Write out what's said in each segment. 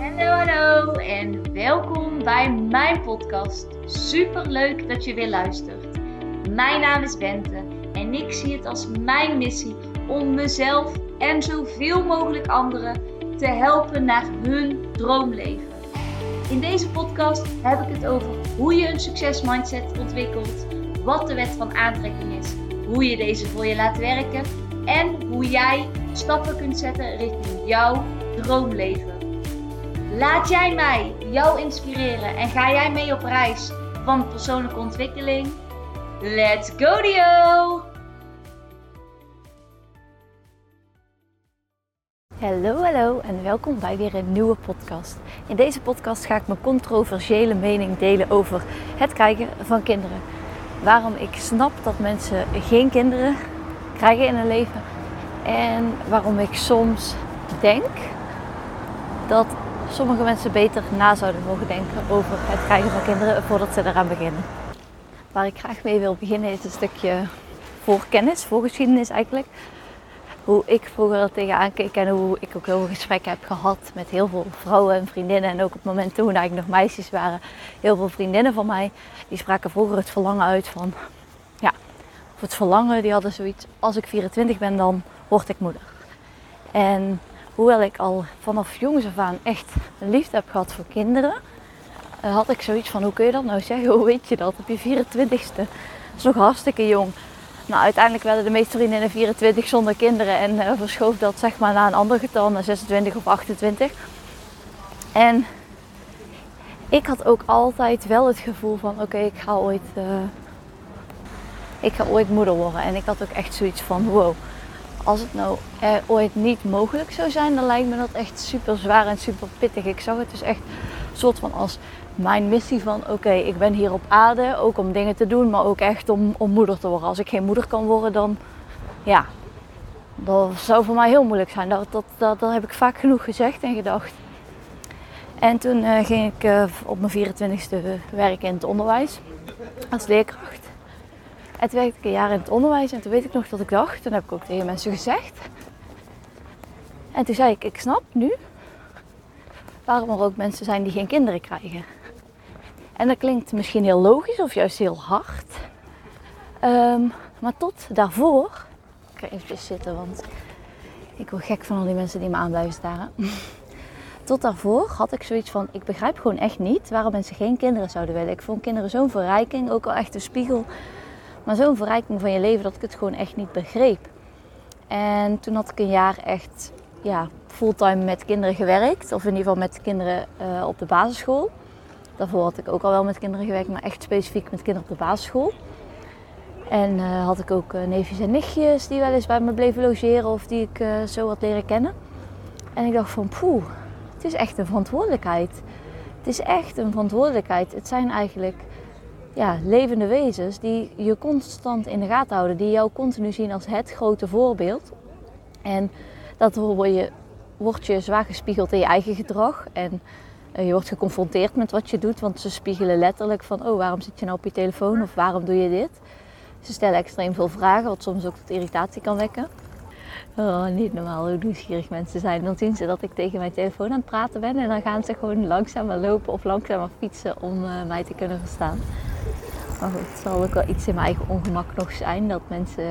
Hallo en welkom bij mijn podcast. Super leuk dat je weer luistert. Mijn naam is Bente en ik zie het als mijn missie om mezelf en zoveel mogelijk anderen te helpen naar hun droomleven. In deze podcast heb ik het over hoe je een succesmindset ontwikkelt, wat de wet van aantrekking is, hoe je deze voor je laat werken en hoe jij stappen kunt zetten richting jouw droomleven. Laat jij mij jou inspireren en ga jij mee op reis van persoonlijke ontwikkeling? Let's go Dio! Hallo en welkom bij weer een nieuwe podcast. In deze podcast ga ik mijn controversiële mening delen over het krijgen van kinderen. Waarom ik snap dat mensen geen kinderen krijgen in hun leven. En waarom ik soms denk dat sommige mensen beter na zouden mogen denken over het krijgen van kinderen voordat ze eraan beginnen. Waar ik graag mee wil beginnen is een stukje voorkennis, voorgeschiedenis eigenlijk. Hoe ik vroeger er tegenaan keek en hoe ik ook heel veel gesprekken heb gehad met heel veel vrouwen en vriendinnen. En ook op het moment toen eigenlijk nog meisjes waren, heel veel vriendinnen van mij, die spraken vroeger het verlangen uit van, of het verlangen, die hadden zoiets, als ik 24 ben dan word ik moeder. En hoewel ik al vanaf jongs af aan echt een liefde heb gehad voor kinderen, had ik zoiets van, hoe kun je dat nou zeggen? Hoe weet je dat op je 24ste? Dat is nog hartstikke jong. Nou, uiteindelijk werden de meeste vriendinnen 24 zonder kinderen en verschoof dat zeg maar naar een ander getal, naar 26 of 28. En ik had ook altijd wel het gevoel van, oké, ik ga ooit moeder worden. En ik had ook echt zoiets van, wow, als het nou ooit niet mogelijk zou zijn, dan lijkt me dat echt super zwaar en super pittig. Ik zag het dus echt een soort van als mijn missie van, oké, ik ben hier op aarde, ook om dingen te doen, maar ook echt om moeder te worden. Als ik geen moeder kan worden, dan, ja, dat zou voor mij heel moeilijk zijn. Dat heb ik vaak genoeg gezegd en gedacht. En toen ging ik op mijn 24ste werken in het onderwijs, als leerkracht. En toen werkte ik een jaar in het onderwijs en toen weet ik nog dat ik dacht, toen heb ik ook tegen mensen gezegd. En toen zei ik snap nu waarom er ook mensen zijn die geen kinderen krijgen. En dat klinkt misschien heel logisch of juist heel hard. Maar tot daarvoor, ik ga even zitten want ik word gek van al die mensen die me aan blijven staren. Tot daarvoor had ik zoiets van, ik begrijp gewoon echt niet waarom mensen geen kinderen zouden willen. Ik vond kinderen zo'n verrijking, ook al echt een spiegel. Maar zo'n verrijking van je leven dat ik het gewoon echt niet begreep. En toen had ik een jaar echt fulltime met kinderen gewerkt. Of in ieder geval met kinderen op de basisschool. Daarvoor had ik ook al wel met kinderen gewerkt, maar echt specifiek met kinderen op de basisschool. En had ik ook neefjes en nichtjes die wel eens bij me bleven logeren of die ik zo had leren kennen. En ik dacht van het is echt een verantwoordelijkheid. Het is echt een verantwoordelijkheid. Het zijn eigenlijk levende wezens die je constant in de gaten houden. Die jou continu zien als het grote voorbeeld. En dat wordt je zwaar gespiegeld in je eigen gedrag. En je wordt geconfronteerd met wat je doet. Want ze spiegelen letterlijk van, waarom zit je nou op je telefoon? Of waarom doe je dit? Ze stellen extreem veel vragen, wat soms ook tot irritatie kan wekken. Oh, niet normaal hoe nieuwsgierig mensen zijn. Dan zien ze dat ik tegen mijn telefoon aan het praten ben. En dan gaan ze gewoon langzamer lopen of langzamer fietsen om mij te kunnen verstaan. Maar goed, het zal ook wel iets in mijn eigen ongemak nog zijn dat mensen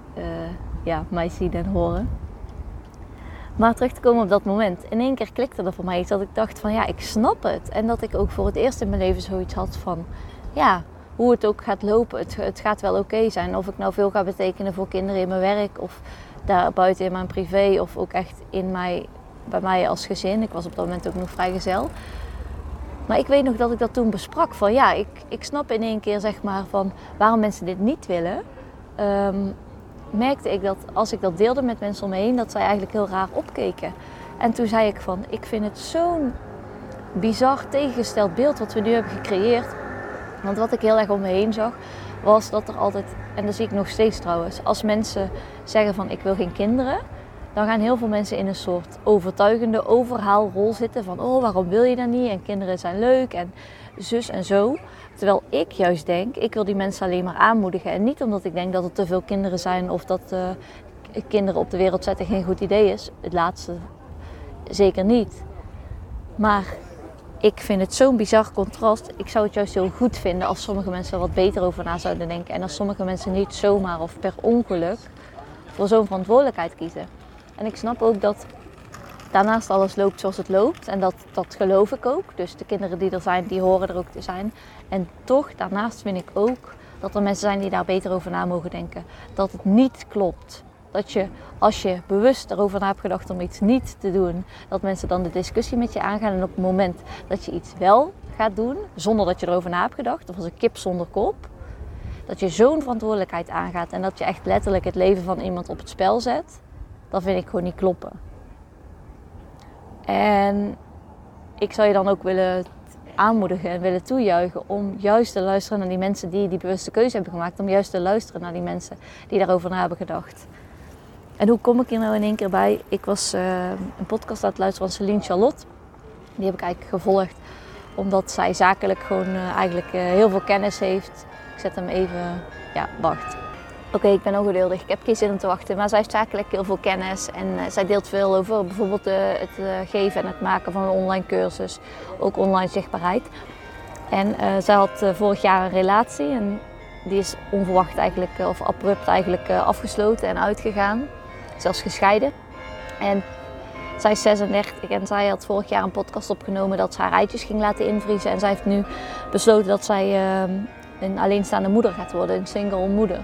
mij zien en horen. Maar terug te komen op dat moment. In één keer klikte er voor mij iets dat ik dacht van ik snap het. En dat ik ook voor het eerst in mijn leven zoiets had van hoe het ook gaat lopen. Het gaat wel oké zijn. Of ik nou veel ga betekenen voor kinderen in mijn werk of daarbuiten in mijn privé of ook echt bij mij als gezin. Ik was op dat moment ook nog vrijgezel. Maar ik weet nog dat ik dat toen besprak van ik snap in één keer zeg maar van waarom mensen dit niet willen. Merkte ik dat als ik dat deelde met mensen om me heen, dat zij eigenlijk heel raar opkeken. En toen zei ik van, ik vind het zo'n bizar tegengesteld beeld wat we nu hebben gecreëerd. Want wat ik heel erg om me heen zag, was dat er altijd, en dat zie ik nog steeds trouwens, als mensen zeggen van ik wil geen kinderen, dan gaan heel veel mensen in een soort overtuigende overhaalrol zitten van waarom wil je dat niet en kinderen zijn leuk en zus en zo. Terwijl ik juist denk, ik wil die mensen alleen maar aanmoedigen. En niet omdat ik denk dat er te veel kinderen zijn of dat kinderen op de wereld zetten geen goed idee is. Het laatste zeker niet. Maar ik vind het zo'n bizar contrast. Ik zou het juist heel goed vinden als sommige mensen er wat beter over na zouden denken. En als sommige mensen niet zomaar of per ongeluk voor zo'n verantwoordelijkheid kiezen. En ik snap ook dat daarnaast alles loopt zoals het loopt. En dat geloof ik ook. Dus de kinderen die er zijn, die horen er ook te zijn. En toch, daarnaast vind ik ook dat er mensen zijn die daar beter over na mogen denken. Dat het niet klopt. Dat je, als je bewust erover na hebt gedacht om iets niet te doen, dat mensen dan de discussie met je aangaan. En op het moment dat je iets wel gaat doen, zonder dat je erover na hebt gedacht, of als een kip zonder kop, dat je zo'n verantwoordelijkheid aangaat en dat je echt letterlijk het leven van iemand op het spel zet, dat vind ik gewoon niet kloppen. En ik zou je dan ook willen aanmoedigen en willen toejuichen om juist te luisteren naar die mensen die die bewuste keuze hebben gemaakt. Om juist te luisteren naar die mensen die daarover na hebben gedacht. En hoe kom ik hier nou in één keer bij? Ik was een podcast aan het luisteren van Celine Charlotte. Die heb ik eigenlijk gevolgd omdat zij zakelijk gewoon eigenlijk heel veel kennis heeft. Ik zet hem even... Ja, wacht. Oké, ik ben ongeduldig. Ik heb geen zin om te wachten. Maar zij heeft zakelijk heel veel kennis. En zij deelt veel over bijvoorbeeld het geven en het maken van een online cursus. Ook online zichtbaarheid. En zij had vorig jaar een relatie. En die is onverwacht eigenlijk, of abrupt eigenlijk afgesloten en uitgegaan. Zelfs gescheiden. En zij is 36 en zij had vorig jaar een podcast opgenomen dat ze haar eitjes ging laten invriezen. En zij heeft nu besloten dat zij een alleenstaande moeder gaat worden, een single moeder.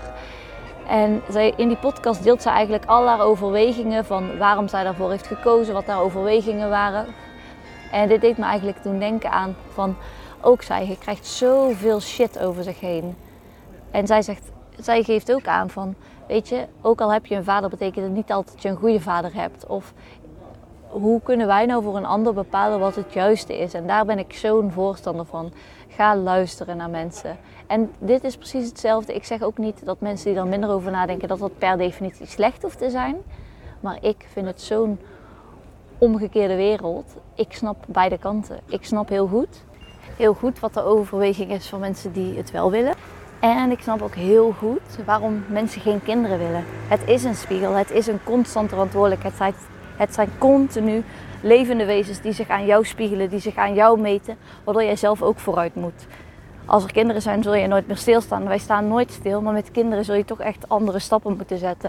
En in die podcast deelt zij eigenlijk al haar overwegingen van waarom zij daarvoor heeft gekozen, wat haar overwegingen waren. En dit deed me eigenlijk toen denken aan van, ook zij krijgt zoveel shit over zich heen. En zij geeft ook aan van, weet je, ook al heb je een vader, betekent het niet altijd dat je een goede vader hebt. Of hoe kunnen wij nou voor een ander bepalen wat het juiste is? En daar ben ik zo'n voorstander van. Ga luisteren naar mensen. En dit is precies hetzelfde. Ik zeg ook niet dat mensen die er minder over nadenken, dat dat per definitie slecht hoeft te zijn. Maar ik vind het zo'n omgekeerde wereld. Ik snap beide kanten. Ik snap heel goed wat de overweging is voor mensen die het wel willen. En ik snap ook heel goed waarom mensen geen kinderen willen. Het is een spiegel, het is een constante verantwoordelijkheid. Het zijn continu levende wezens die zich aan jou spiegelen, die zich aan jou meten, waardoor jij zelf ook vooruit moet. Als er kinderen zijn, zul je nooit meer stilstaan. Wij staan nooit stil, maar met kinderen zul je toch echt andere stappen moeten zetten.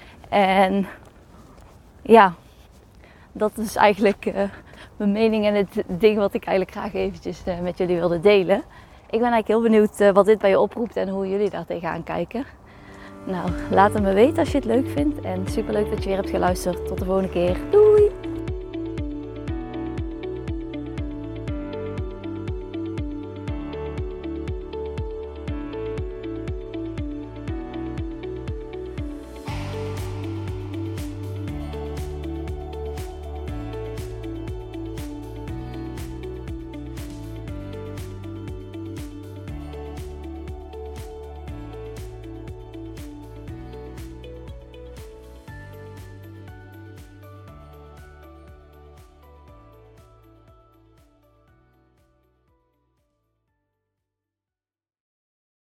En ja, dat is eigenlijk mijn mening en het ding wat ik eigenlijk graag eventjes met jullie wilde delen. Ik ben eigenlijk heel benieuwd wat dit bij je oproept en hoe jullie daar tegenaan kijken. Nou, laat het me weten als je het leuk vindt. En superleuk dat je weer hebt geluisterd. Tot de volgende keer. Doei!